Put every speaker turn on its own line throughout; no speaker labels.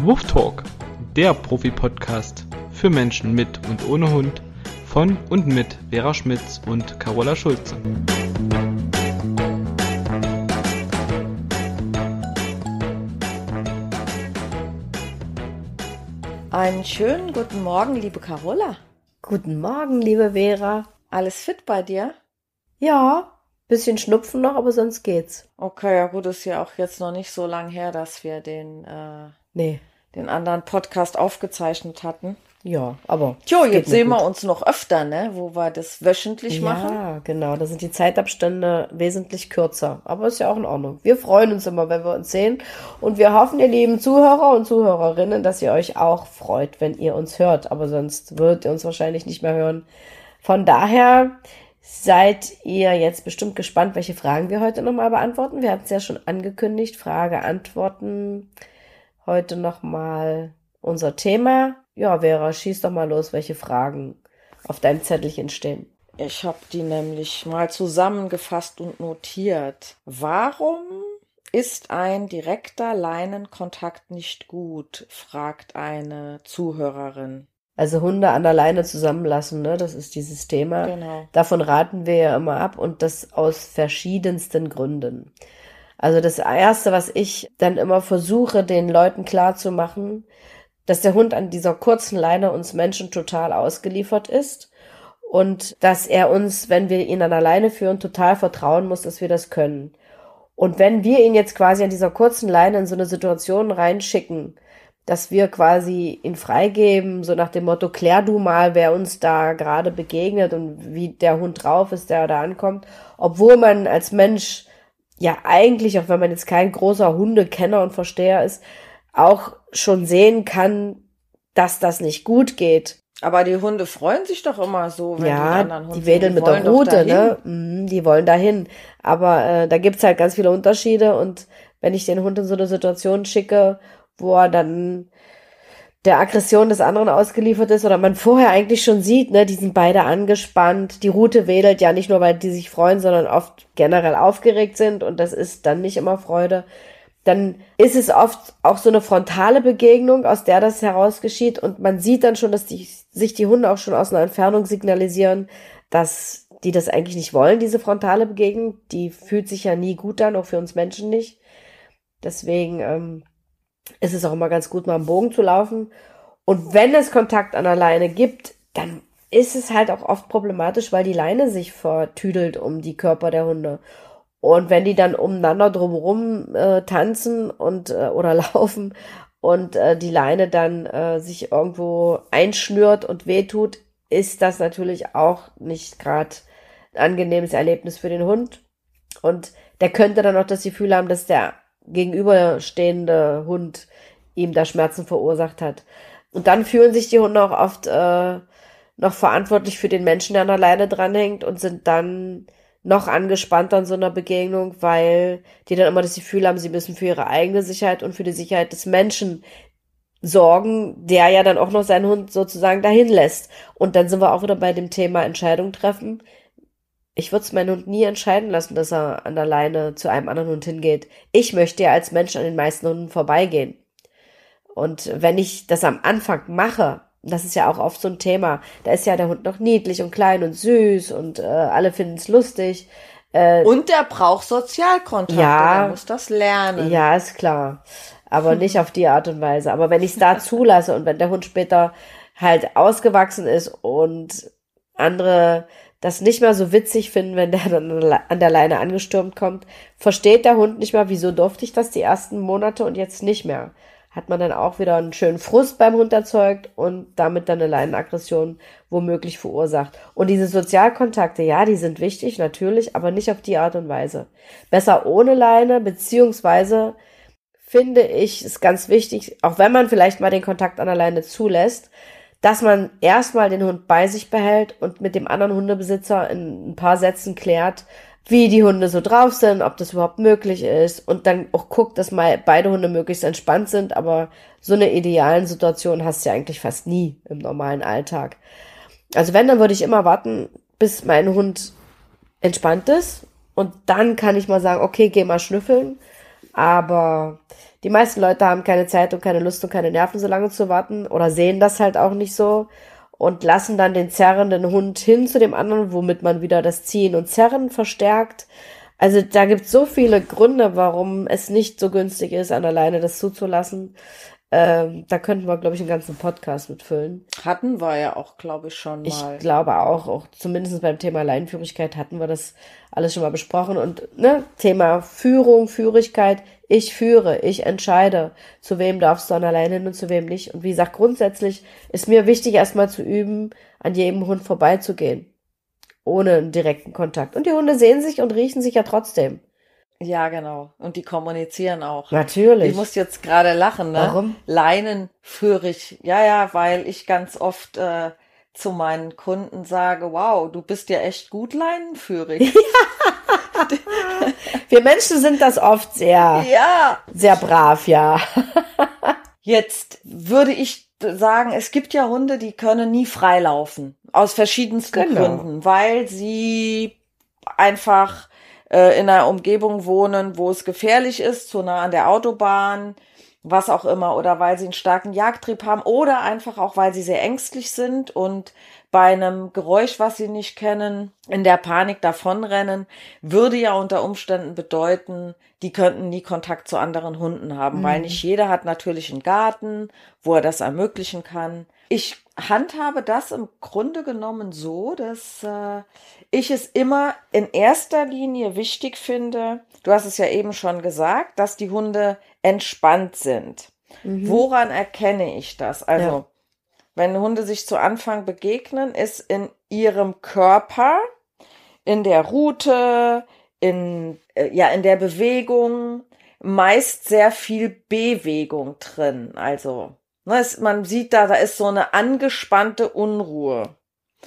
Woof Talk, der Profi-Podcast für Menschen mit und ohne Hund von und mit Vera Schmitz und Carola Schulze.
Einen schönen guten Morgen, liebe Carola.
Guten Morgen, liebe Vera.
Alles fit bei dir?
Ja, bisschen Schnupfen noch, aber sonst geht's.
Okay, ja gut, ist ja auch jetzt noch nicht so lang her, dass wir den anderen Podcast aufgezeichnet hatten.
Ja, aber
Jo, jetzt sehen wir uns noch öfter, ne? Wo wir das wöchentlich machen.
Ja, genau, da sind die Zeitabstände wesentlich kürzer. Aber ist ja auch in Ordnung. Wir freuen uns immer, wenn wir uns sehen. Und wir hoffen, ihr lieben Zuhörer und Zuhörerinnen, dass ihr euch auch freut, wenn ihr uns hört. Aber sonst würdet ihr uns wahrscheinlich nicht mehr hören. Von daher seid ihr jetzt bestimmt gespannt, welche Fragen wir heute nochmal beantworten. Wir hatten es ja schon angekündigt, Frage, Antworten. Heute nochmal unser Thema. Ja, Vera, schieß doch mal los, welche Fragen auf deinem Zettelchen stehen.
Ich habe die nämlich mal zusammengefasst und notiert. Warum ist ein direkter Leinenkontakt nicht gut? Fragt eine Zuhörerin.
Also Hunde an der Leine zusammenlassen, ne? Das ist dieses Thema.
Genau.
Davon raten wir ja immer ab und das aus verschiedensten Gründen. Also das Erste, was ich dann immer versuche, den Leuten klarzumachen, dass der Hund an dieser kurzen Leine uns Menschen total ausgeliefert ist und dass er uns, wenn wir ihn an der Leine führen, total vertrauen muss, dass wir das können. Und wenn wir ihn jetzt quasi an dieser kurzen Leine in so eine Situation reinschicken, dass wir quasi ihn freigeben, so nach dem Motto, klär du mal, wer uns da gerade begegnet und wie der Hund drauf ist, der da ankommt, obwohl man als Mensch ja eigentlich, auch wenn man jetzt kein großer Hundekenner und Versteher ist, auch schon sehen kann, dass das nicht gut geht.
Aber die Hunde freuen sich doch immer so, wenn die anderen Hunde
die wedeln mit der Rute, ne? Die wollen dahin. Aber da gibt's halt ganz viele Unterschiede und wenn ich den Hund in so eine Situation schicke, wo er dann der Aggression des anderen ausgeliefert ist oder man vorher eigentlich schon sieht, ne, die sind beide angespannt, die Rute wedelt ja nicht nur, weil die sich freuen, sondern oft generell aufgeregt sind und das ist dann nicht immer Freude, dann ist es oft auch so eine frontale Begegnung, aus der das heraus geschieht und man sieht dann schon, dass sich die Hunde auch schon aus einer Entfernung signalisieren, dass die das eigentlich nicht wollen, diese frontale Begegnung, die fühlt sich ja nie gut an, auch für uns Menschen nicht. Deswegen ist es auch immer ganz gut, mal am Bogen zu laufen. Und wenn es Kontakt an der Leine gibt, dann ist es halt auch oft problematisch, weil die Leine sich vertüdelt um die Körper der Hunde. Und wenn die dann umeinander drumherum tanzen und oder laufen und die Leine dann sich irgendwo einschnürt und wehtut, ist das natürlich auch nicht gerade ein angenehmes Erlebnis für den Hund. Und der könnte dann auch das Gefühl haben, dass der gegenüberstehende Hund ihm da Schmerzen verursacht hat. Und dann fühlen sich die Hunde auch oft noch verantwortlich für den Menschen, der an der Leine dranhängt und sind dann noch angespannter in so einer Begegnung, weil die dann immer das Gefühl haben, sie müssen für ihre eigene Sicherheit und für die Sicherheit des Menschen sorgen, der ja dann auch noch seinen Hund sozusagen dahin lässt. Und dann sind wir auch wieder bei dem Thema Entscheidung treffen. Ich würde es meinen Hund nie entscheiden lassen, dass er an der Leine zu einem anderen Hund hingeht. Ich möchte ja als Mensch an den meisten Hunden vorbeigehen. Und wenn ich das am Anfang mache, das ist ja auch oft so ein Thema, da ist ja der Hund noch niedlich und klein und süß und alle finden es lustig.
Und der braucht Sozialkontakte, der muss das lernen.
Ja, ist klar. Aber nicht auf die Art und Weise. Aber wenn ich es da zulasse und wenn der Hund später halt ausgewachsen ist und andere das nicht mehr so witzig finden, wenn der dann an der Leine angestürmt kommt, versteht der Hund nicht mehr, wieso durfte ich das die ersten Monate und jetzt nicht mehr. Hat man dann auch wieder einen schönen Frust beim Hund erzeugt und damit dann eine Leinenaggression womöglich verursacht. Und diese Sozialkontakte, ja, die sind wichtig, natürlich, aber nicht auf die Art und Weise. Besser ohne Leine, beziehungsweise finde ich es ganz wichtig, auch wenn man vielleicht mal den Kontakt an der Leine zulässt, dass man erstmal den Hund bei sich behält und mit dem anderen Hundebesitzer in ein paar Sätzen klärt, wie die Hunde so drauf sind, ob das überhaupt möglich ist und dann auch guckt, dass mal beide Hunde möglichst entspannt sind, aber so eine idealen Situation hast du ja eigentlich fast nie im normalen Alltag. Also wenn, dann würde ich immer warten, bis mein Hund entspannt ist und dann kann ich mal sagen, okay, geh mal schnüffeln Aber die meisten Leute haben keine Zeit und keine Lust und keine Nerven, so lange zu warten oder sehen das halt auch nicht so und lassen dann den zerrenden Hund hin zu dem anderen, womit man wieder das Ziehen und Zerren verstärkt. Also da gibt es so viele Gründe, warum es nicht so günstig ist, an alleine das zuzulassen. Da könnten wir, glaube ich, einen ganzen Podcast mitfüllen.
Hatten wir ja auch, glaube ich, schon mal.
Ich glaube auch zumindest beim Thema Leinenführigkeit hatten wir das alles schon mal besprochen. Und Thema Führung, Führigkeit, ich führe, ich entscheide, zu wem darfst du an alleine hin und zu wem nicht. Und wie gesagt, grundsätzlich ist mir wichtig, erstmal zu üben, an jedem Hund vorbeizugehen. Ohne einen direkten Kontakt. Und die Hunde sehen sich und riechen sich ja trotzdem.
Ja, genau. Und die kommunizieren auch.
Natürlich.
Ich muss jetzt gerade lachen, ne?
Warum?
Leinenführig. Ja, weil ich ganz oft zu meinen Kunden sage, wow, du bist ja echt gut leinenführig.
Wir Menschen sind das oft sehr brav, ja.
Jetzt würde ich sagen, es gibt ja Hunde, die können nie freilaufen. Aus verschiedensten Gründen. Weil sie einfach in einer Umgebung wohnen, wo es gefährlich ist, zu nah an der Autobahn, was auch immer, oder weil sie einen starken Jagdtrieb haben oder einfach auch, weil sie sehr ängstlich sind und bei einem Geräusch, was sie nicht kennen, in der Panik davonrennen, würde ja unter Umständen bedeuten, die könnten nie Kontakt zu anderen Hunden haben, weil nicht jeder hat natürlich einen Garten, wo er das ermöglichen kann. Ich handhabe das im Grunde genommen so, dass ich es immer in erster Linie wichtig finde, du hast es ja eben schon gesagt, dass die Hunde entspannt sind. Woran erkenne ich das? Also, wenn Hunde sich zu Anfang begegnen, ist in ihrem Körper, in der Rute, in der Bewegung meist sehr viel Bewegung drin. Also, man sieht da ist so eine angespannte Unruhe.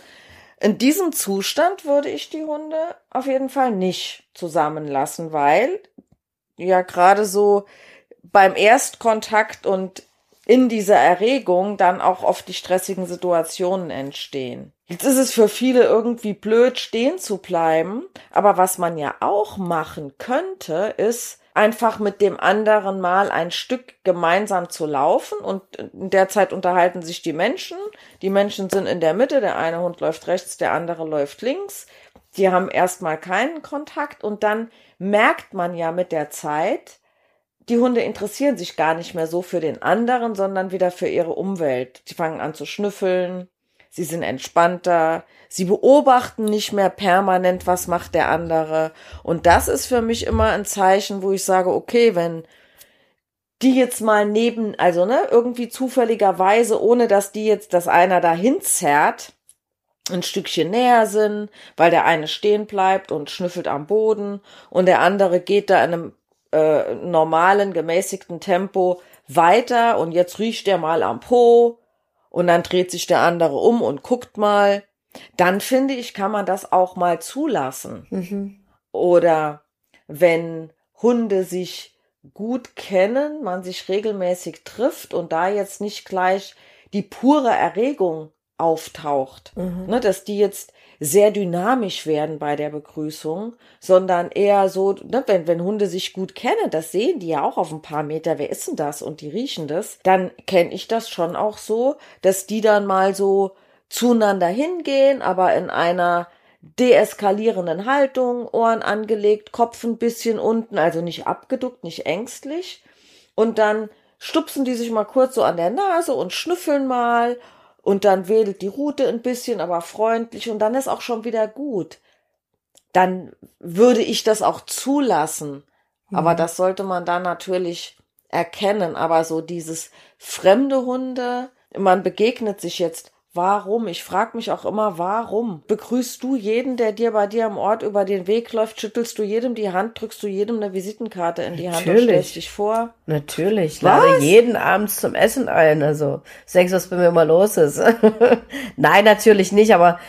In diesem Zustand würde ich die Hunde auf jeden Fall nicht zusammenlassen, weil ja gerade so beim Erstkontakt und in dieser Erregung dann auch oft die stressigen Situationen entstehen. Jetzt ist es für viele irgendwie blöd, stehen zu bleiben, aber was man ja auch machen könnte, ist einfach mit dem anderen mal ein Stück gemeinsam zu laufen und in der Zeit unterhalten sich die Menschen. Die Menschen sind in der Mitte, der eine Hund läuft rechts, der andere läuft links. Die haben erstmal keinen Kontakt und dann merkt man ja mit der Zeit, die Hunde interessieren sich gar nicht mehr so für den anderen, sondern wieder für ihre Umwelt. Sie fangen an zu schnüffeln, sie sind entspannter, sie beobachten nicht mehr permanent, was macht der andere. Und das ist für mich immer ein Zeichen, wo ich sage, okay, wenn die jetzt mal irgendwie zufälligerweise, ohne dass dass einer dahin zerrt, ein Stückchen näher sind, weil der eine stehen bleibt und schnüffelt am Boden und der andere geht da in einem normalen, gemäßigten Tempo weiter und jetzt riecht der mal am Po und dann dreht sich der andere um und guckt mal, dann finde ich, kann man das auch mal zulassen. Oder wenn Hunde sich gut kennen, man sich regelmäßig trifft und da jetzt nicht gleich die pure Erregung auftaucht, dass die jetzt sehr dynamisch werden bei der Begrüßung, sondern eher so, wenn Hunde sich gut kennen, das sehen die ja auch auf ein paar Meter, wer ist denn das? Und die riechen das, dann kenne ich das schon auch so, dass die dann mal so zueinander hingehen, aber in einer deeskalierenden Haltung, Ohren angelegt, Kopf ein bisschen unten, also nicht abgeduckt, nicht ängstlich und dann stupsen die sich mal kurz so an der Nase und schnüffeln mal. Und dann wedelt die Rute ein bisschen, aber freundlich und dann ist auch schon wieder gut. Dann würde ich das auch zulassen. Aber das sollte man dann natürlich erkennen. Aber so dieses fremde Hunde, man begegnet sich jetzt. Warum? Ich frage mich auch immer, warum? Begrüßt du jeden, der dir bei dir am Ort über den Weg läuft? Schüttelst du jedem die Hand? Drückst du jedem eine Visitenkarte in die Hand und stellst dich vor?
Natürlich. Lade jeden abends zum Essen ein. Also, sagst, was bei mir immer los ist. Nein, natürlich nicht. Aber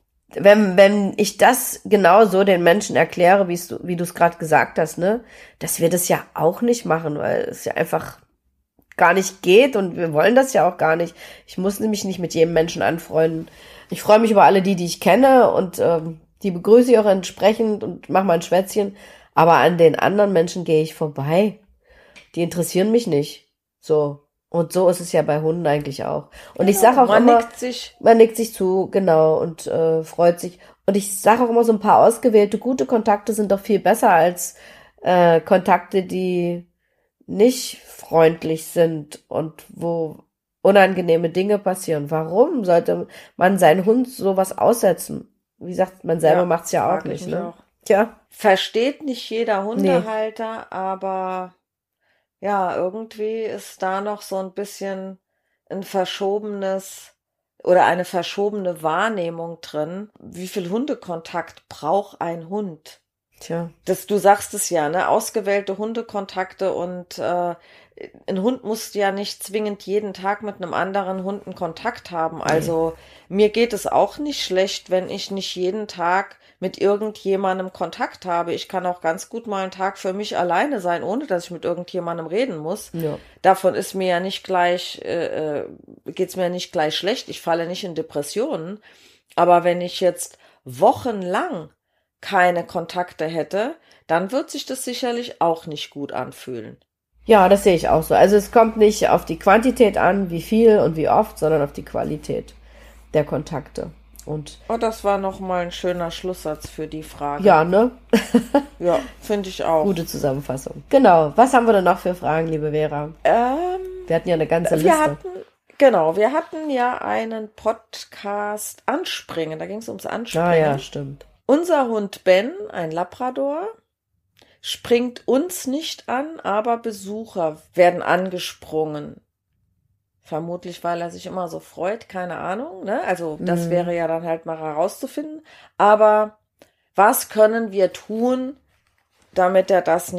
wenn ich das genau so den Menschen erkläre, wie du es gerade gesagt hast, dass wir das ja auch nicht machen, weil es ja einfach gar nicht geht und wir wollen das ja auch gar nicht. Ich muss nämlich nicht mit jedem Menschen anfreunden. Ich freue mich über alle die ich kenne und die begrüße ich auch entsprechend und mache mal ein Schwätzchen. Aber an den anderen Menschen gehe ich vorbei. die interessieren mich nicht. So. Und so ist es ja bei Hunden eigentlich auch. Und ich
Genau,
sage auch
man
immer,
nickt sich.
man nickt sich zu, genau, und freut sich. Und ich sage auch immer, so ein paar ausgewählte, gute Kontakte sind doch viel besser als Kontakte, die nicht freundlich sind und wo unangenehme Dinge passieren. Warum sollte man seinen Hund sowas aussetzen? Wie gesagt, man selber
Ja,
macht's ja auch
frage ich
nicht,
mich
ne?
auch.
Tja,
Versteht nicht jeder
nee.
Hundehalter, aber ja, irgendwie ist da noch so ein bisschen ein verschobenes oder eine verschobene Wahrnehmung drin. Wie viel Hundekontakt braucht ein Hund?
Tja.
Du sagst es ja, ne? Ausgewählte Hundekontakte und ein Hund muss ja nicht zwingend jeden Tag mit einem anderen Hund einen Kontakt haben.
Nee.
Also mir geht es auch nicht schlecht, wenn ich nicht jeden Tag mit irgendjemandem Kontakt habe. Ich kann auch ganz gut mal einen Tag für mich alleine sein, ohne dass ich mit irgendjemandem reden muss.
Ja.
Davon ist mir ja nicht gleich, geht's mir nicht gleich schlecht. Ich falle nicht in Depressionen. Aber wenn ich jetzt wochenlang keine Kontakte hätte, dann wird sich das sicherlich auch nicht gut anfühlen.
Ja, das sehe ich auch so. Also es kommt nicht auf die Quantität an, wie viel und wie oft, sondern auf die Qualität der Kontakte. Und
Oh, das war noch mal ein schöner Schlusssatz für die Frage.
ja, ne?
Ja, finde ich auch.
Gute Zusammenfassung. Genau. Was haben wir denn noch für Fragen, liebe Vera?
Ähm,
Wir hatten ja eine ganze
wir
Liste.
wir hatten ja einen Podcast Anspringen. Da ging es ums Anspringen.
Ah ja, stimmt.
Unser Hund Ben, ein Labrador, springt uns nicht an, aber Besucher werden angesprungen. Vermutlich, weil er sich immer so freut, keine Ahnung, ne? Also, das wäre ja dann halt mal herauszufinden. Aber was können wir tun, damit er das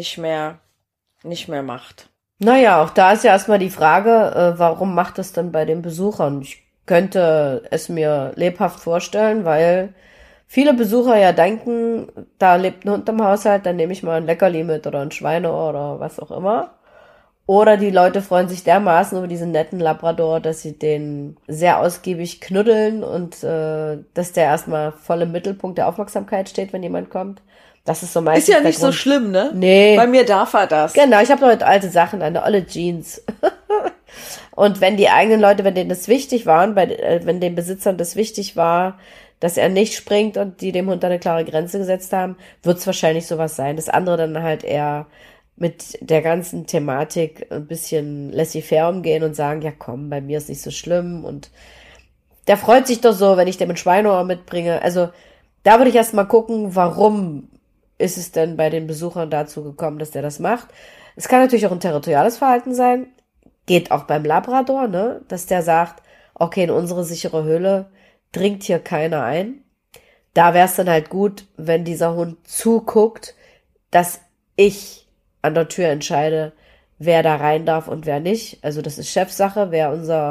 nicht mehr macht?
Naja, auch da ist ja erstmal die Frage, warum macht es denn bei den Besuchern? Ich könnte es mir lebhaft vorstellen, weil viele Besucher ja denken, da lebt ein Hund im Haushalt, dann nehme ich mal ein Leckerli mit oder ein Schweinohr oder was auch immer. Oder die Leute freuen sich dermaßen über diesen netten Labrador, dass sie den sehr ausgiebig knuddeln und dass der erstmal voll im Mittelpunkt der Aufmerksamkeit steht, wenn jemand kommt. Das ist so meistens
Ist ja
der
nicht so
Grund.
schlimm, ne?
Nee.
Bei mir darf er das.
Genau, ich habe heute alte Sachen, eine olle Jeans. Und wenn die eigenen Leute, wenn denen das wichtig war, wenn den Besitzern das wichtig war, dass er nicht springt und die dem Hund eine klare Grenze gesetzt haben, wird es wahrscheinlich sowas sein. Das andere dann halt eher mit der ganzen Thematik ein bisschen laissez-faire umgehen und sagen, ja komm, bei mir ist nicht so schlimm und der freut sich doch so, wenn ich den mit Schweinohr mitbringe. Also da würde ich erst mal gucken, warum ist es denn bei den Besuchern dazu gekommen, dass der das macht. Es kann natürlich auch ein territoriales Verhalten sein. Geht auch beim Labrador, ne? Dass der sagt, okay, in unsere sichere Höhle dringt hier keiner ein. Da wäre es dann halt gut, wenn dieser Hund zuguckt, dass ich an der Tür entscheide, wer da rein darf und wer nicht. Also das ist Chefsache, wer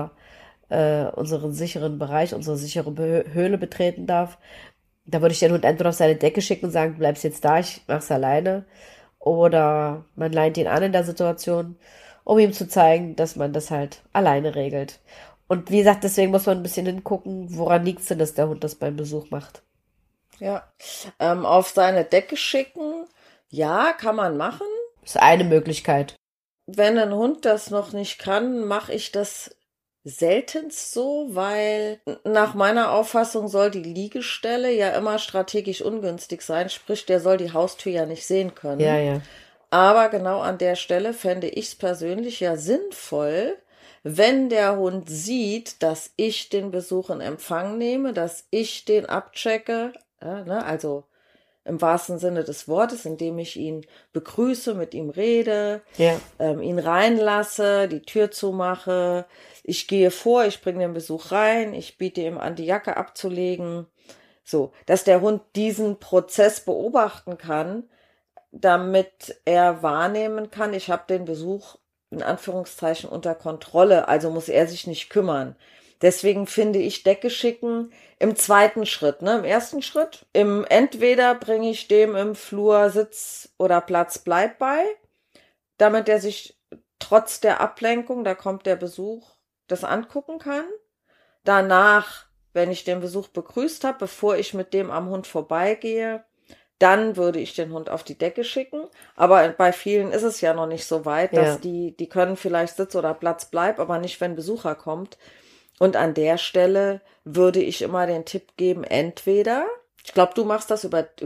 unseren sicheren Bereich, unsere sichere Höhle betreten darf. Da würde ich den Hund entweder auf seine Decke schicken und sagen, du bleibst jetzt da, ich mach's alleine. Oder man leint ihn an in der Situation, um ihm zu zeigen, dass man das halt alleine regelt. Und wie gesagt, deswegen muss man ein bisschen hingucken, woran liegt's denn, dass der Hund das beim Besuch macht.
Ja. Auf seine Decke schicken, ja, kann man machen.
Das ist eine Möglichkeit.
Wenn ein Hund das noch nicht kann, mache ich das seltenst so, weil nach meiner Auffassung soll die Liegestelle ja immer strategisch ungünstig sein, sprich, der soll die Haustür ja nicht sehen können.
Ja, ja.
Aber genau an der Stelle fände ich es persönlich ja sinnvoll, wenn der Hund sieht, dass ich den Besuch in Empfang nehme, dass ich den abchecke, also im wahrsten Sinne des Wortes, indem ich ihn begrüße, mit ihm rede,
Ja.
ihn reinlasse, die Tür zumache. Ich gehe vor, ich bringe den Besuch rein, ich biete ihm an, die Jacke abzulegen. So, dass der Hund diesen Prozess beobachten kann, damit er wahrnehmen kann, ich habe den Besuch in Anführungszeichen unter Kontrolle, also muss er sich nicht kümmern. Deswegen finde ich Decke schicken im zweiten Schritt. Ne? Im ersten Schritt, entweder bringe ich dem im Flur Sitz oder Platz Bleib bei, damit er sich trotz der Ablenkung, da kommt der Besuch, das angucken kann. Danach, wenn ich den Besuch begrüßt habe, bevor ich mit dem am Hund vorbeigehe, dann würde ich den Hund auf die Decke schicken. Aber bei vielen ist es ja noch nicht so weit, dass die können vielleicht Sitz oder Platz bleiben, aber nicht, wenn Besucher kommt. Und an der Stelle würde ich immer den Tipp geben, entweder, ich glaube, du machst das über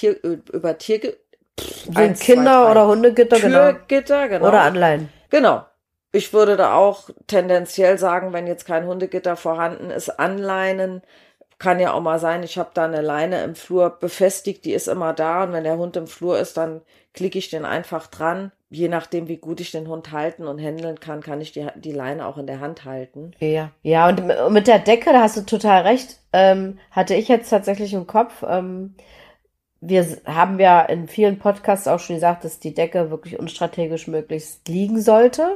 ein Kinder- oder Hundegitter,
Türgitter, genau.
Oder Anleihen.
Genau. Ich würde da auch tendenziell sagen, wenn jetzt kein Hundegitter vorhanden ist, anleinen. Kann ja auch mal sein, ich habe da eine Leine im Flur befestigt, die ist immer da und wenn der Hund im Flur ist, dann klicke ich den einfach dran. Je nachdem, wie gut ich den Hund halten und händeln kann ich die Leine auch in der Hand halten.
Ja, und mit der Decke, da hast du total recht, hatte ich jetzt tatsächlich im Kopf. Wir haben ja in vielen Podcasts auch schon gesagt, dass die Decke wirklich unstrategisch möglichst liegen sollte.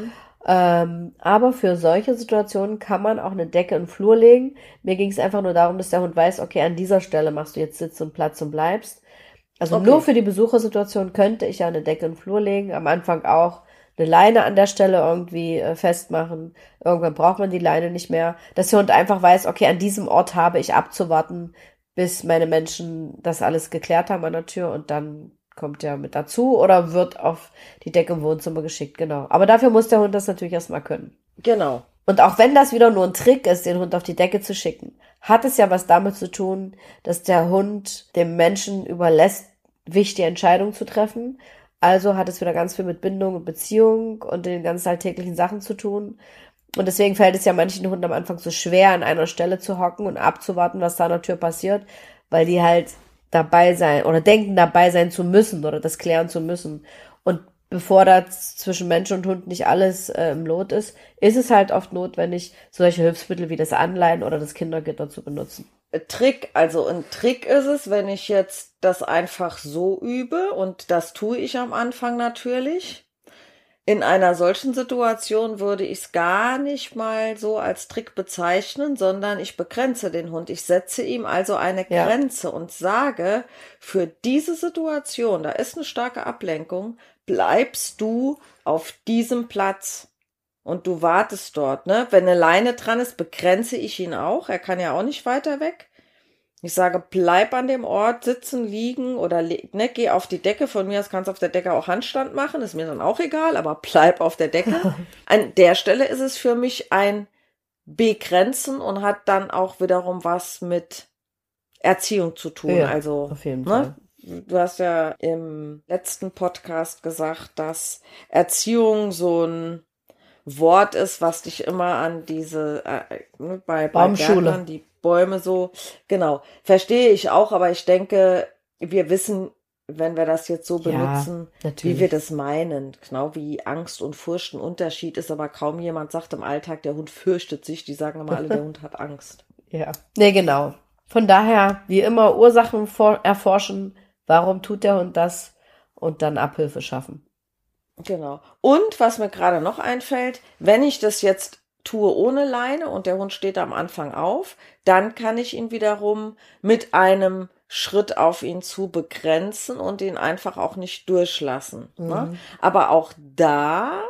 Aber für solche Situationen kann man auch eine Decke in den Flur legen. Mir ging es einfach nur darum, dass der Hund weiß, okay, an dieser Stelle machst du jetzt Sitz und Platz und bleibst. Also nur für die Besuchersituation könnte ich ja eine Decke in den Flur legen. Am Anfang auch eine Leine an der Stelle irgendwie festmachen. Irgendwann braucht man die Leine nicht mehr. Dass der Hund einfach weiß, okay, an diesem Ort habe ich abzuwarten, bis meine Menschen das alles geklärt haben an der Tür und dann kommt er mit dazu oder wird auf die Decke im Wohnzimmer geschickt, genau. Aber dafür muss der Hund das natürlich erstmal können.
Genau.
Und auch wenn das wieder nur ein Trick ist, den Hund auf die Decke zu schicken, hat es ja was damit zu tun, dass der Hund dem Menschen überlässt, wichtige Entscheidungen zu treffen. Also hat es wieder ganz viel mit Bindung und Beziehung und den ganz alltäglichen Sachen zu tun. Und deswegen fällt es ja manchen Hunden am Anfang so schwer, an einer Stelle zu hocken und abzuwarten, was da an der Tür passiert, weil die halt dabei sein oder denken, dabei sein zu müssen oder das klären zu müssen. Und bevor da zwischen Mensch und Hund nicht alles im Lot ist, ist es halt oft notwendig, solche Hilfsmittel wie das Anleihen oder das Kindergitter zu benutzen.
Ein Trick ist es, wenn ich jetzt das einfach so übe, und das tue ich am Anfang natürlich. In einer solchen Situation würde ich es gar nicht mal so als Trick bezeichnen, sondern ich begrenze den Hund. Ich setze ihm also eine Grenze und sage, für diese Situation, da ist eine starke Ablenkung, bleibst du auf diesem Platz und du wartest dort. Ne? Wenn eine Leine dran ist, begrenze ich ihn auch. Er kann ja auch nicht weiter weg. Ich sage, bleib an dem Ort sitzen, liegen oder geh auf die Decke. Von mir aus kannst du auf der Decke auch Handstand machen, ist mir dann auch egal, aber bleib auf der Decke. An der Stelle ist es für mich ein Begrenzen und hat dann auch wiederum was mit Erziehung zu tun.
Ja,
also,
auf jeden Fall.
Du hast ja im letzten Podcast gesagt, dass Erziehung so ein Wort ist, was dich immer an diese, bei
Baumschule.
Gärtnern, die Bäume so, genau, verstehe ich auch, aber ich denke, wir wissen, wenn wir das jetzt so benutzen, wie wir das meinen, genau wie Angst und Furcht ein Unterschied ist, aber kaum jemand sagt im Alltag, der Hund fürchtet sich, die sagen immer alle, der Hund hat Angst.
Ja, nee, genau. Von daher, wie immer, Ursachen erforschen, warum tut der Hund das und dann Abhilfe schaffen.
Genau. Und was mir gerade noch einfällt, wenn ich das jetzt tue ohne Leine und der Hund steht am Anfang auf, dann kann ich ihn wiederum mit einem Schritt auf ihn zu begrenzen und ihn einfach auch nicht durchlassen. Ne? Aber auch da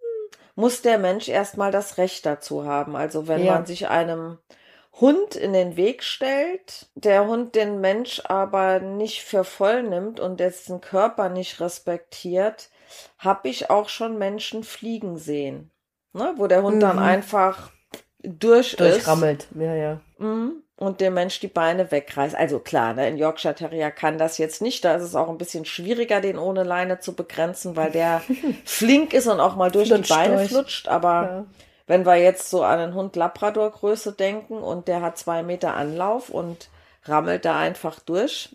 muss der Mensch erstmal das Recht dazu haben. Also wenn man sich einem Hund in den Weg stellt, der Hund den Mensch aber nicht für voll nimmt und dessen Körper nicht respektiert, habe ich auch schon Menschen fliegen sehen, ne? Wo der Hund dann einfach
durchrammelt. Ja.
Und dem Mensch die Beine wegreißt. Also klar, ne, ein Yorkshire Terrier kann das jetzt nicht. Da ist es auch ein bisschen schwieriger, den ohne Leine zu begrenzen, weil der flink ist und auch mal durch die Beine flutscht. Aber wenn wir jetzt so an einen Hund Labrador-Größe denken und der hat 2 Meter Anlauf und rammelt da einfach durch,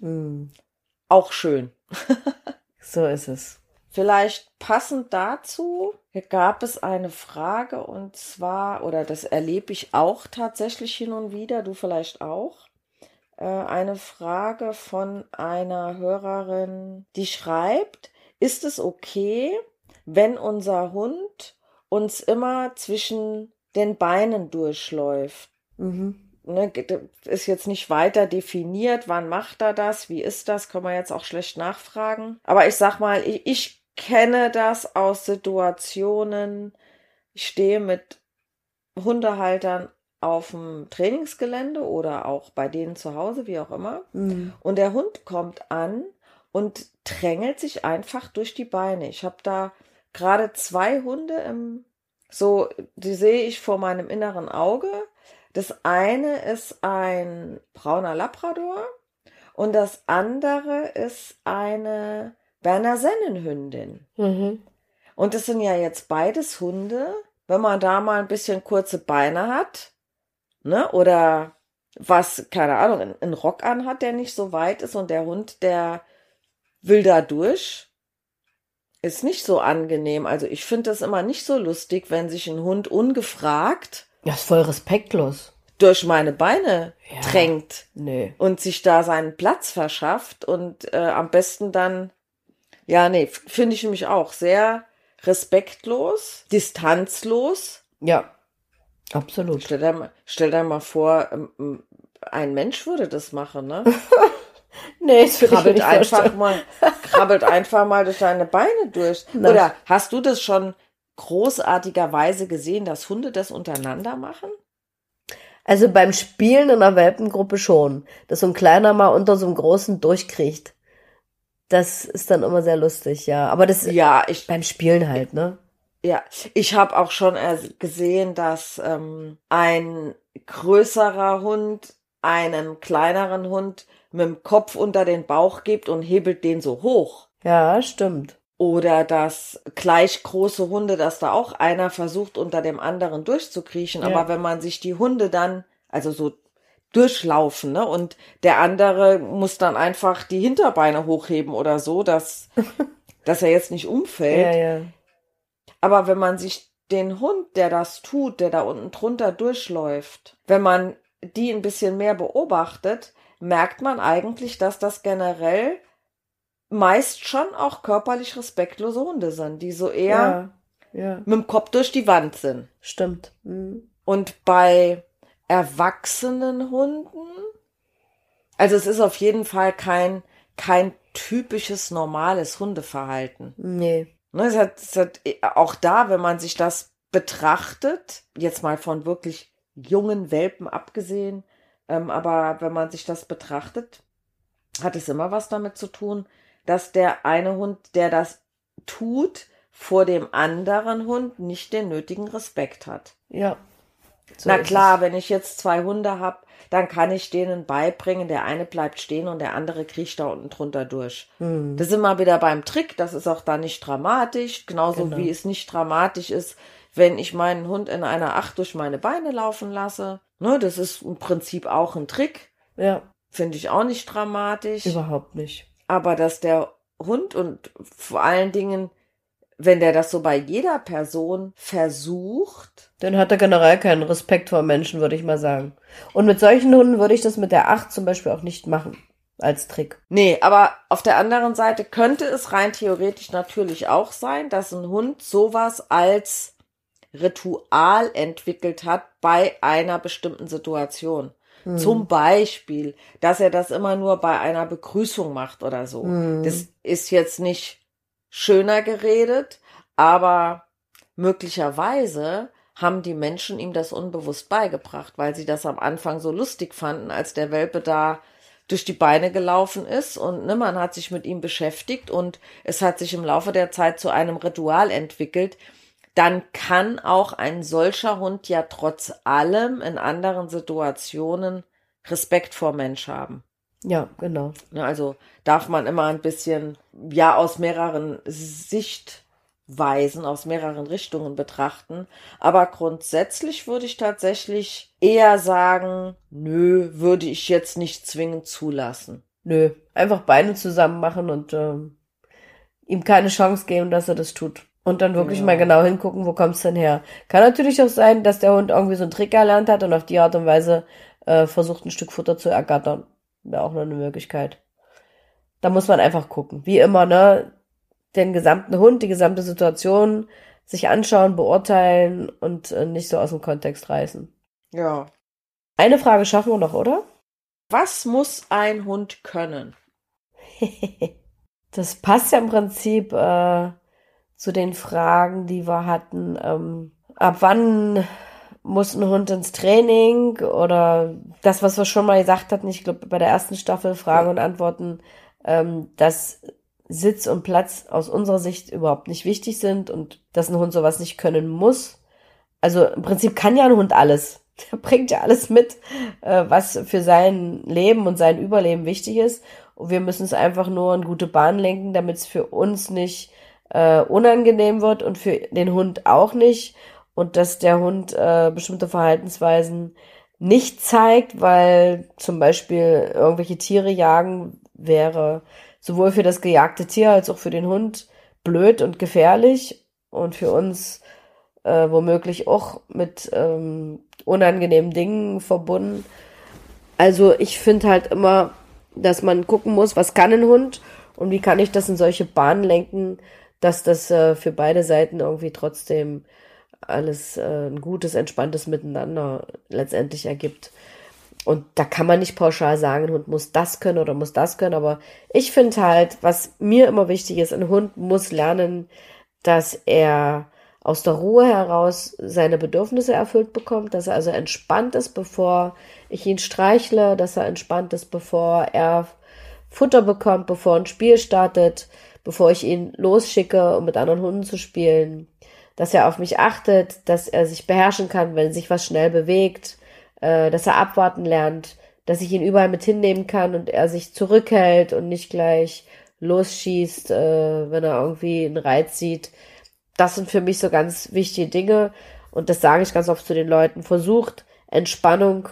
auch schön.
So ist es.
Vielleicht passend dazu gab es eine Frage, und zwar, oder das erlebe ich auch tatsächlich hin und wieder, du vielleicht auch, eine Frage von einer Hörerin, die schreibt, ist es okay, wenn unser Hund uns immer zwischen den Beinen durchläuft? Ne, ist jetzt nicht weiter definiert, wann macht er das, wie ist das, kann man jetzt auch schlecht nachfragen. Aber ich sag mal, ich kenne das aus Situationen, ich stehe mit Hundehaltern auf dem Trainingsgelände oder auch bei denen zu Hause, wie auch immer. Und der Hund kommt an und drängelt sich einfach durch die Beine. Ich habe da gerade 2 Hunde die sehe ich vor meinem inneren Auge. Das eine ist ein brauner Labrador und das andere ist eine Berner Sennenhündin. Und das sind ja jetzt beides Hunde, wenn man da mal ein bisschen kurze Beine hat, ne, oder was, keine Ahnung, einen Rock anhat, der nicht so weit ist und der Hund, der will da durch, ist nicht so angenehm. Also ich finde das immer nicht so lustig, wenn sich ein Hund ungefragt
Das ist voll respektlos.
durch meine Beine drängt
Nee.
und sich da seinen Platz verschafft und am besten dann, ja, nee, finde ich nämlich auch sehr respektlos, distanzlos.
Ja, absolut.
Stell dir mal vor, ein Mensch würde das machen, ne?
Nee, das will ich mir nicht vorstellen.
Krabbelt einfach mal durch deine Beine durch.
Nein.
Oder hast du das schon großartigerweise gesehen, dass Hunde das untereinander machen?
Also beim Spielen in einer Welpengruppe schon, dass so ein Kleiner mal unter so einem Großen durchkriecht. Das ist dann immer sehr lustig, ja. Aber das beim Spielen halt, ne?
Ja, ich habe auch schon gesehen, dass ein größerer Hund einen kleineren Hund mit dem Kopf unter den Bauch gibt und hebelt den so hoch.
Ja, stimmt.
Oder dass gleich große Hunde, dass da auch einer versucht, unter dem anderen durchzukriechen.
Ja.
Aber wenn man sich die Hunde dann, also so durchlaufen, ne, und der andere muss dann einfach die Hinterbeine hochheben oder so, dass er jetzt nicht umfällt.
Ja.
Aber wenn man sich den Hund, der das tut, der da unten drunter durchläuft, wenn man die ein bisschen mehr beobachtet, merkt man eigentlich, dass das generell meist schon auch körperlich respektlose Hunde sind, die so eher mit dem Kopf durch die Wand sind.
Stimmt.
Und bei erwachsenen Hunden, also es ist auf jeden Fall kein typisches normales Hundeverhalten.
Nee.
Ne, es hat auch da, wenn man sich das betrachtet, jetzt mal von wirklich jungen Welpen abgesehen, aber wenn man sich das betrachtet, hat es immer was damit zu tun, dass der eine Hund, der das tut, vor dem anderen Hund nicht den nötigen Respekt hat.
Ja. So
Na
ist
klar, wenn ich jetzt 2 Hunde habe, dann kann ich denen beibringen, der eine bleibt stehen und der andere kriecht da unten drunter durch. Das sind wir wieder beim Trick, das ist auch da nicht dramatisch, genauso wie es nicht dramatisch ist, wenn ich meinen Hund in einer Acht durch meine Beine laufen lasse. Ne, das ist im Prinzip auch ein Trick.
Ja.
Finde ich auch nicht dramatisch.
Überhaupt nicht.
Aber dass der Hund und vor allen Dingen, wenn der das so bei jeder Person versucht,
Dann hat er generell keinen Respekt vor Menschen, würde ich mal sagen. Und mit solchen Hunden würde ich das mit der 8 zum Beispiel auch nicht machen. Als Trick.
Nee, aber auf der anderen Seite könnte es rein theoretisch natürlich auch sein, dass ein Hund sowas als Ritual entwickelt hat bei einer bestimmten Situation. Zum Beispiel, dass er das immer nur bei einer Begrüßung macht oder so. Das ist jetzt nicht schöner geredet, aber möglicherweise haben die Menschen ihm das unbewusst beigebracht, weil sie das am Anfang so lustig fanden, als der Welpe da durch die Beine gelaufen ist und ne, man hat sich mit ihm beschäftigt und es hat sich im Laufe der Zeit zu einem Ritual entwickelt. Dann kann auch ein solcher Hund ja trotz allem in anderen Situationen Respekt vor Mensch haben.
Ja, genau.
Also darf man immer ein bisschen, ja, aus mehreren Sichtweisen, aus mehreren Richtungen betrachten. Aber grundsätzlich würde ich tatsächlich eher sagen, nö, würde ich jetzt nicht zwingend zulassen.
Nö, einfach Beine zusammen machen und ihm keine Chance geben, dass er das tut. Und dann wirklich mal genau hingucken, wo kommt's denn her. Kann natürlich auch sein, dass der Hund irgendwie so einen Trick erlernt hat und auf die Art und Weise versucht, ein Stück Futter zu ergattern. Wäre auch noch eine Möglichkeit. Da muss man einfach gucken. Wie immer, ne? Den gesamten Hund, die gesamte Situation sich anschauen, beurteilen und nicht so aus dem Kontext reißen.
Ja.
Eine Frage schaffen wir noch, oder?
Was muss ein Hund können?
Das passt ja im Prinzip zu den Fragen, die wir hatten. Ab wann muss ein Hund ins Training oder das, was wir schon mal gesagt hatten, ich glaube bei der ersten Staffel Fragen und Antworten, dass Sitz und Platz aus unserer Sicht überhaupt nicht wichtig sind und dass ein Hund sowas nicht können muss. Also im Prinzip kann ja ein Hund alles. Der bringt ja alles mit, was für sein Leben und sein Überleben wichtig ist. Und wir müssen es einfach nur in gute Bahn lenken, damit es für uns nicht unangenehm wird und für den Hund auch nicht. Und dass der Hund bestimmte Verhaltensweisen nicht zeigt, weil zum Beispiel irgendwelche Tiere jagen wäre sowohl für das gejagte Tier als auch für den Hund blöd und gefährlich und für uns womöglich auch mit unangenehmen Dingen verbunden. Also ich finde halt immer, dass man gucken muss, was kann ein Hund und wie kann ich das in solche Bahnen lenken, dass das für beide Seiten irgendwie trotzdem alles ein gutes, entspanntes Miteinander letztendlich ergibt. Und da kann man nicht pauschal sagen, ein Hund muss das können oder muss das können, aber ich finde halt, was mir immer wichtig ist, ein Hund muss lernen, dass er aus der Ruhe heraus seine Bedürfnisse erfüllt bekommt, dass er also entspannt ist, bevor ich ihn streichle, dass er entspannt ist, bevor er Futter bekommt, bevor ein Spiel startet, bevor ich ihn losschicke, um mit anderen Hunden zu spielen, dass er auf mich achtet, dass er sich beherrschen kann, wenn sich was schnell bewegt, dass er abwarten lernt, dass ich ihn überall mit hinnehmen kann und er sich zurückhält und nicht gleich losschießt, wenn er irgendwie einen Reiz sieht. Das sind für mich so ganz wichtige Dinge und das sage ich ganz oft zu den Leuten. Versucht, Entspannung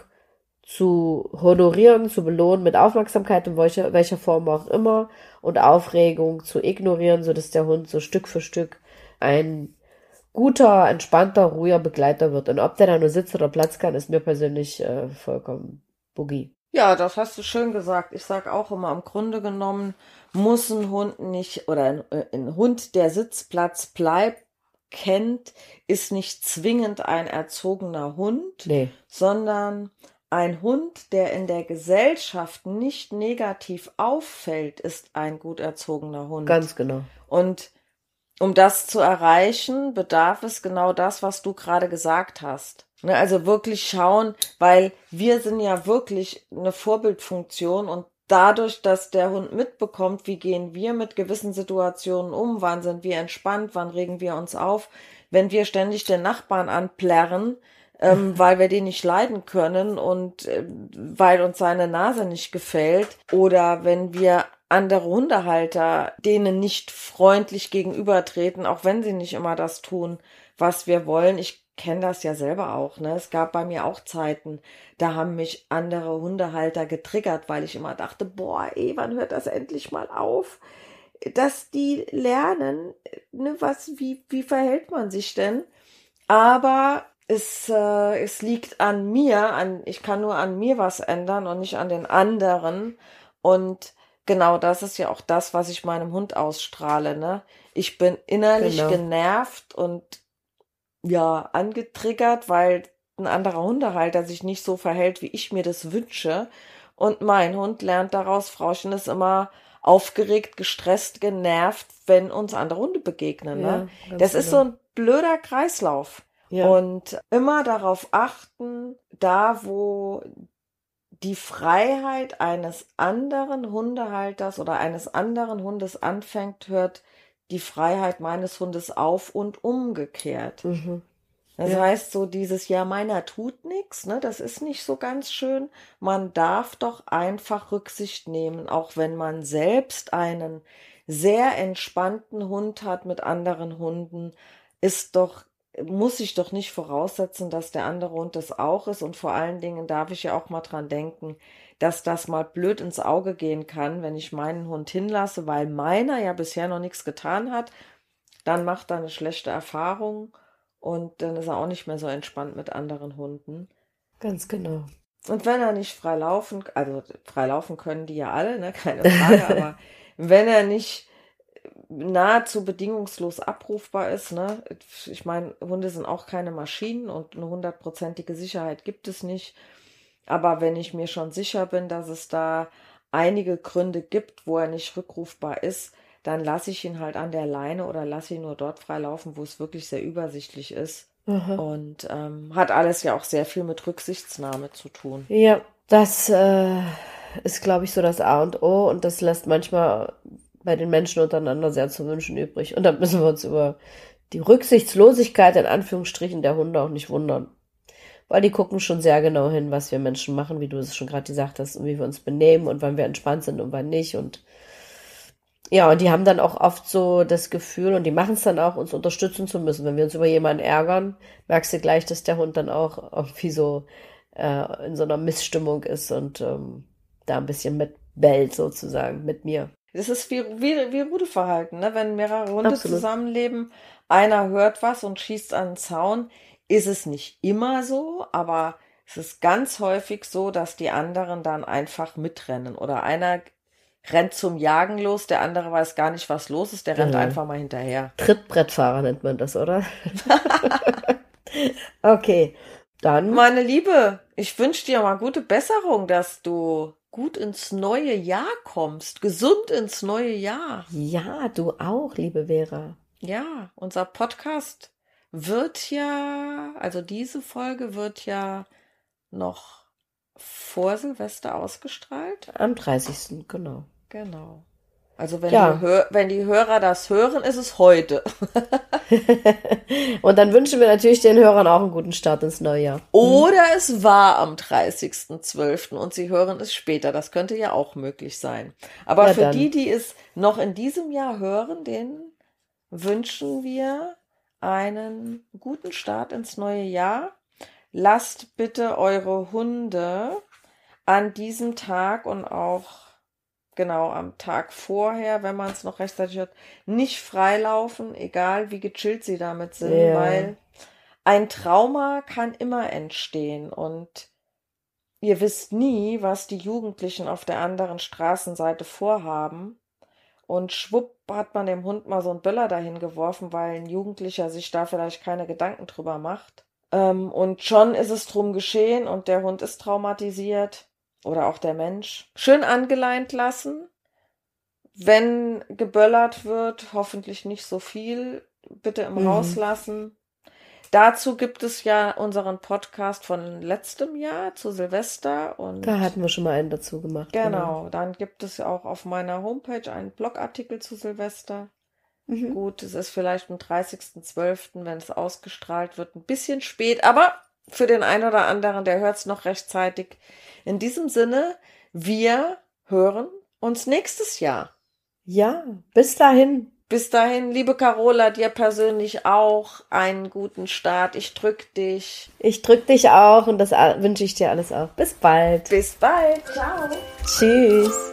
zu honorieren, zu belohnen mit Aufmerksamkeit in welcher Form auch immer und Aufregung zu ignorieren, sodass der Hund so Stück für Stück ein guter, entspannter, ruhiger Begleiter wird. Und ob der da nur sitzt oder Platz kann, ist mir persönlich vollkommen boogie.
Ja, das hast du schön gesagt. Ich sag auch immer, im Grunde genommen muss ein Hund nicht, oder ein Hund, der Sitzplatz bleibt, kennt, ist nicht zwingend ein erzogener Hund,
Nee.
sondern ein Hund, der in der Gesellschaft nicht negativ auffällt, ist ein gut erzogener Hund.
Ganz genau.
Und um das zu erreichen, bedarf es genau das, was du gerade gesagt hast. Ne, also wirklich schauen, weil wir sind ja wirklich eine Vorbildfunktion und dadurch, dass der Hund mitbekommt, wie gehen wir mit gewissen Situationen um, wann sind wir entspannt, wann regen wir uns auf, wenn wir ständig den Nachbarn anplärren, weil wir den nicht leiden können und weil uns seine Nase nicht gefällt oder wenn wir andere Hundehalter denen nicht freundlich gegenübertreten, auch wenn sie nicht immer das tun, was wir wollen. Ich kenne das ja selber auch, ne? Es gab bei mir auch Zeiten, da haben mich andere Hundehalter getriggert, weil ich immer dachte, boah, wann hört das endlich mal auf? Dass die lernen, ne, wie verhält man sich denn? Aber es liegt an mir, ich kann nur an mir was ändern und nicht an den anderen. Und genau das ist ja auch das, was ich meinem Hund ausstrahle, ne? Ich bin innerlich genervt und ja, angetriggert, weil ein anderer Hundehalter sich nicht so verhält, wie ich mir das wünsche. Und mein Hund lernt daraus, Frauchen ist immer aufgeregt, gestresst, genervt, wenn uns andere Hunde begegnen, ne?
Ja,
Das ist so ein blöder Kreislauf.
Ja.
Und immer darauf achten, da wo die Freiheit eines anderen Hundehalters oder eines anderen Hundes anfängt, hört die Freiheit meines Hundes auf und umgekehrt.
Mhm.
Das heißt, so dieses Ja, meiner tut nichts, ne, das ist nicht so ganz schön. Man darf doch einfach Rücksicht nehmen, auch wenn man selbst einen sehr entspannten Hund hat mit anderen Hunden, muss ich doch nicht voraussetzen, dass der andere Hund das auch ist. Und vor allen Dingen darf ich ja auch mal dran denken, dass das mal blöd ins Auge gehen kann, wenn ich meinen Hund hinlasse, weil meiner ja bisher noch nichts getan hat. Dann macht er eine schlechte Erfahrung und dann ist er auch nicht mehr so entspannt mit anderen Hunden.
Ganz genau.
Und wenn er nicht frei laufen, also frei laufen können die ja alle, ne, keine Frage, aber wenn er nicht nahezu bedingungslos abrufbar ist, ne? Ich meine, Hunde sind auch keine Maschinen und eine 100%ige Sicherheit gibt es nicht. Aber wenn ich mir schon sicher bin, dass es da einige Gründe gibt, wo er nicht rückrufbar ist, dann lasse ich ihn halt an der Leine oder lasse ihn nur dort frei laufen, wo es wirklich sehr übersichtlich ist.
Aha.
Und hat alles ja auch sehr viel mit Rücksichtsnahme zu tun.
Ja, das ist, glaube ich, so das A und O und das lässt manchmal bei den Menschen untereinander sehr zu wünschen übrig. Und da müssen wir uns über die Rücksichtslosigkeit in Anführungsstrichen der Hunde auch nicht wundern. Weil die gucken schon sehr genau hin, was wir Menschen machen, wie du es schon gerade gesagt hast, und wie wir uns benehmen und wann wir entspannt sind und wann nicht. Und ja, und die haben dann auch oft so das Gefühl, und die machen es dann auch, uns unterstützen zu müssen. Wenn wir uns über jemanden ärgern, merkst du gleich, dass der Hund dann auch irgendwie so in so einer Missstimmung ist und da ein bisschen mitbellt sozusagen mit mir.
Das ist wie Rudelverhalten, ne? Wenn mehrere Hunde
Absolut.
zusammenleben, einer hört was und schießt an den Zaun, ist es nicht immer so, aber es ist ganz häufig so, dass die anderen dann einfach mitrennen. Oder einer rennt zum Jagen los, der andere weiß gar nicht, was los ist, der rennt einfach mal hinterher.
Trittbrettfahrer nennt man das, oder? Okay, dann.
Meine Liebe, ich wünsche dir mal gute Besserung, dass du gut ins neue Jahr kommst, gesund ins neue Jahr.
Ja, du auch, liebe Vera.
Ja, unser Podcast wird ja, also diese Folge wird ja noch vor Silvester ausgestrahlt.
Am 30. Genau.
Genau. Also wenn,
Ja.
wenn die Hörer das hören, ist es heute.
Und dann wünschen wir natürlich den Hörern auch einen guten Start ins neue Jahr.
Oder es war am 30.12. und sie hören es später. Das könnte ja auch möglich sein. Aber
Ja,
für
dann.
die es noch in diesem Jahr hören, denen wünschen wir einen guten Start ins neue Jahr. Lasst bitte eure Hunde an diesem Tag und auch genau am Tag vorher, wenn man es noch rechtzeitig hat, nicht freilaufen, egal wie gechillt sie damit sind,
Ja.
weil ein Trauma kann immer entstehen und ihr wisst nie, was die Jugendlichen auf der anderen Straßenseite vorhaben. Und schwupp hat man dem Hund mal so einen Böller dahin geworfen, weil ein Jugendlicher sich da vielleicht keine Gedanken drüber macht. Und schon ist es drum geschehen und der Hund ist traumatisiert oder auch der Mensch. Schön angeleint lassen. Wenn geböllert wird, hoffentlich nicht so viel. Bitte im Haus lassen. Dazu gibt es ja unseren Podcast von letztem Jahr zu Silvester. Und
Da hatten wir schon mal einen dazu gemacht.
genau, dann gibt es auch auf meiner Homepage einen Blogartikel zu Silvester. Gut, es ist vielleicht am 30.12., wenn es ausgestrahlt wird, ein bisschen spät, aber für den einen oder anderen, der hört es noch rechtzeitig. In diesem Sinne, wir hören uns nächstes Jahr.
Ja, bis dahin.
Bis dahin, liebe Carola, dir persönlich auch einen guten Start. Ich drück dich.
Ich drück dich auch und das wünsche ich dir alles auch. Bis bald.
Bis bald. Ciao.
Tschüss.